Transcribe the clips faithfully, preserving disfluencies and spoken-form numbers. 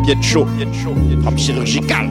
paupiette chaud, frappe chirurgicale.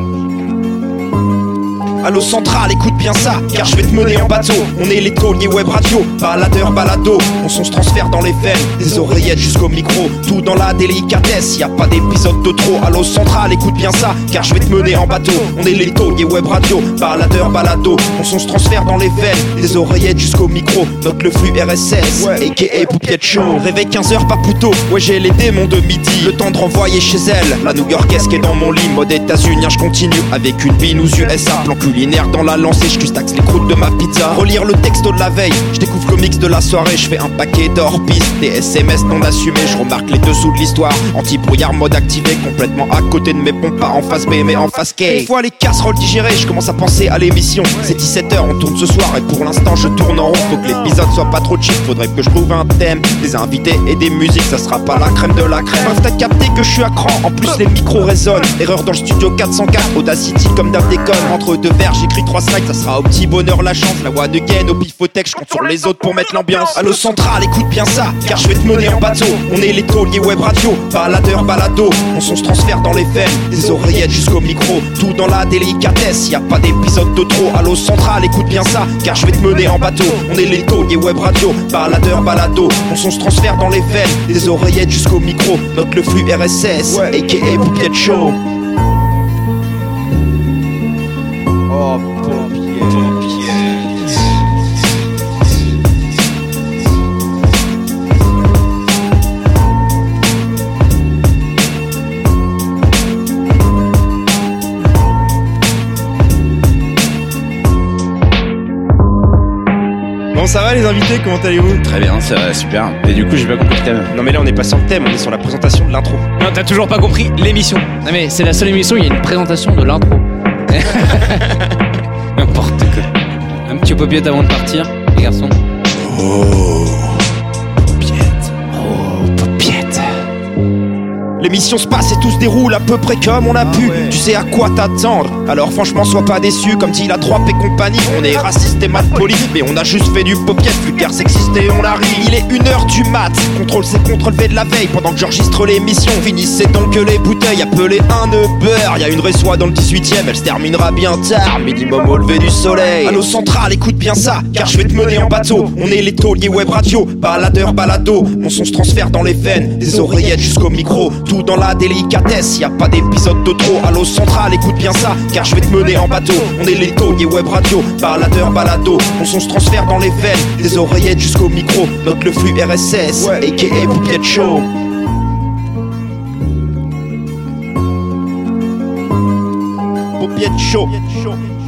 Allo Central, écoute bien ça, car je vais te mener en bateau. On est les tauliers web radio, baladeur, balado. Mon son se transfère dans les veines, des oreillettes jusqu'au micro. Tout dans la délicatesse, y a pas d'épisode de trop. Allo Central, écoute bien ça, car je vais te mener en bateau. On est les tauliers web radio, baladeur, balado. Mon son se transfère dans les veines, des oreillettes jusqu'au micro. Note le flux R S S, aka paupiette chaud. Réveil quinze heures, pas plus tôt, ouais j'ai les démons de midi. Le temps de renvoyer chez elle, la new-yorkaise qui est dans mon lit. Mode états-unien, je continue avec une bine aux U S A. Plan culinaire dans la lancée, je custaxe les croûtes de ma pizza. Relire le texto de la veille, je découvre le mix de la soirée. Je fais un paquet d'hors-piste, des S M S non assumés. Je remarque les dessous de l'histoire, anti-brouillard mode activé. Complètement à côté de mes pompes, pas en face B mais en face K. Une fois les casseroles digérées, je commence à penser à l'émission. C'est dix-sept heures, on tourne ce soir et pour l'instant je tourne en rond. Faut que l'épisode soit pas trop cheap, faudrait que je trouve un thème, des invités et des musiques. Ça sera pas la crème de la crème. Bref, t'as capté que je suis à cran, en plus les micros résonnent. Erreur dans le studio quatre cent quatre, Audacity comme Dave déconne. Entre deux vers j'écris trois slides, ça sera au petit bonheur la chance. La one again au pifotech, je compte sur les autres pour mettre l'ambiance. Allo Central, écoute bien ça, car je vais te mener en bateau. On est les tauliers web radio, baladeur, balado. Mon son se transfère dans les veines, des oreillettes jusqu'au micro. Tout dans la délicatesse, y a pas d'épisode de trop. Allo Central, écoute bien ça, car je vais te mener en bateau. On est les tauliers web radio, baladeur, balado. Mon son se transfère dans les veines, des oreillettes jusqu'au micro. Note le flux R S S, aka paupiette chaud. Oh, bon, ça va les invités, comment allez-vous? Très bien, ça va super. Et du coup, j'ai pas compris le thème. Non mais là on n'est pas sur le thème, on est sur la présentation de l'intro. Non, t'as toujours pas compris l'émission. Non mais c'est la seule émission où il y a une présentation de l'intro. N'importe quoi. Un petit paupiette avant de partir, les garçons. Oh, paupiette. Oh, paupiette. L'émission se passe et tout se déroule à peu près comme on a ah pu. Ouais. Tu sais à quoi t'attendre. Alors franchement sois pas déçu. Comme dit la trois P compagnie. On est raciste et mal poli, mais on a juste fait du paupiette. Vulgaire, sexiste et on la rit. Il est une heure du mat. Contrôle C, contrôle V de la veille. Pendant que j'enregistre l'émission, finissez donc les bouteilles. Appelez un nœud beurre. Y'a une résoie dans le dix-huitième. Elle se terminera bien tard. Minimum au lever du soleil. Allo Central, écoute bien ça, car je vais te mener en bateau. On est les tauliers web radio, baladeur, balado. Mon son se transfère dans les veines, des oreillettes jusqu'au micro. Tout dans la délicatesse, y a pas d'épisode de trop. Allo Central, écoute bien ça, car je vais te mener en bateau. On est les tauliers web radio, baladeur, balado. Mon son se transfère dans les veines, des oreillettes jusqu'au micro. Note le flux R S S, aka paupiette chaud. Paupiette chaud.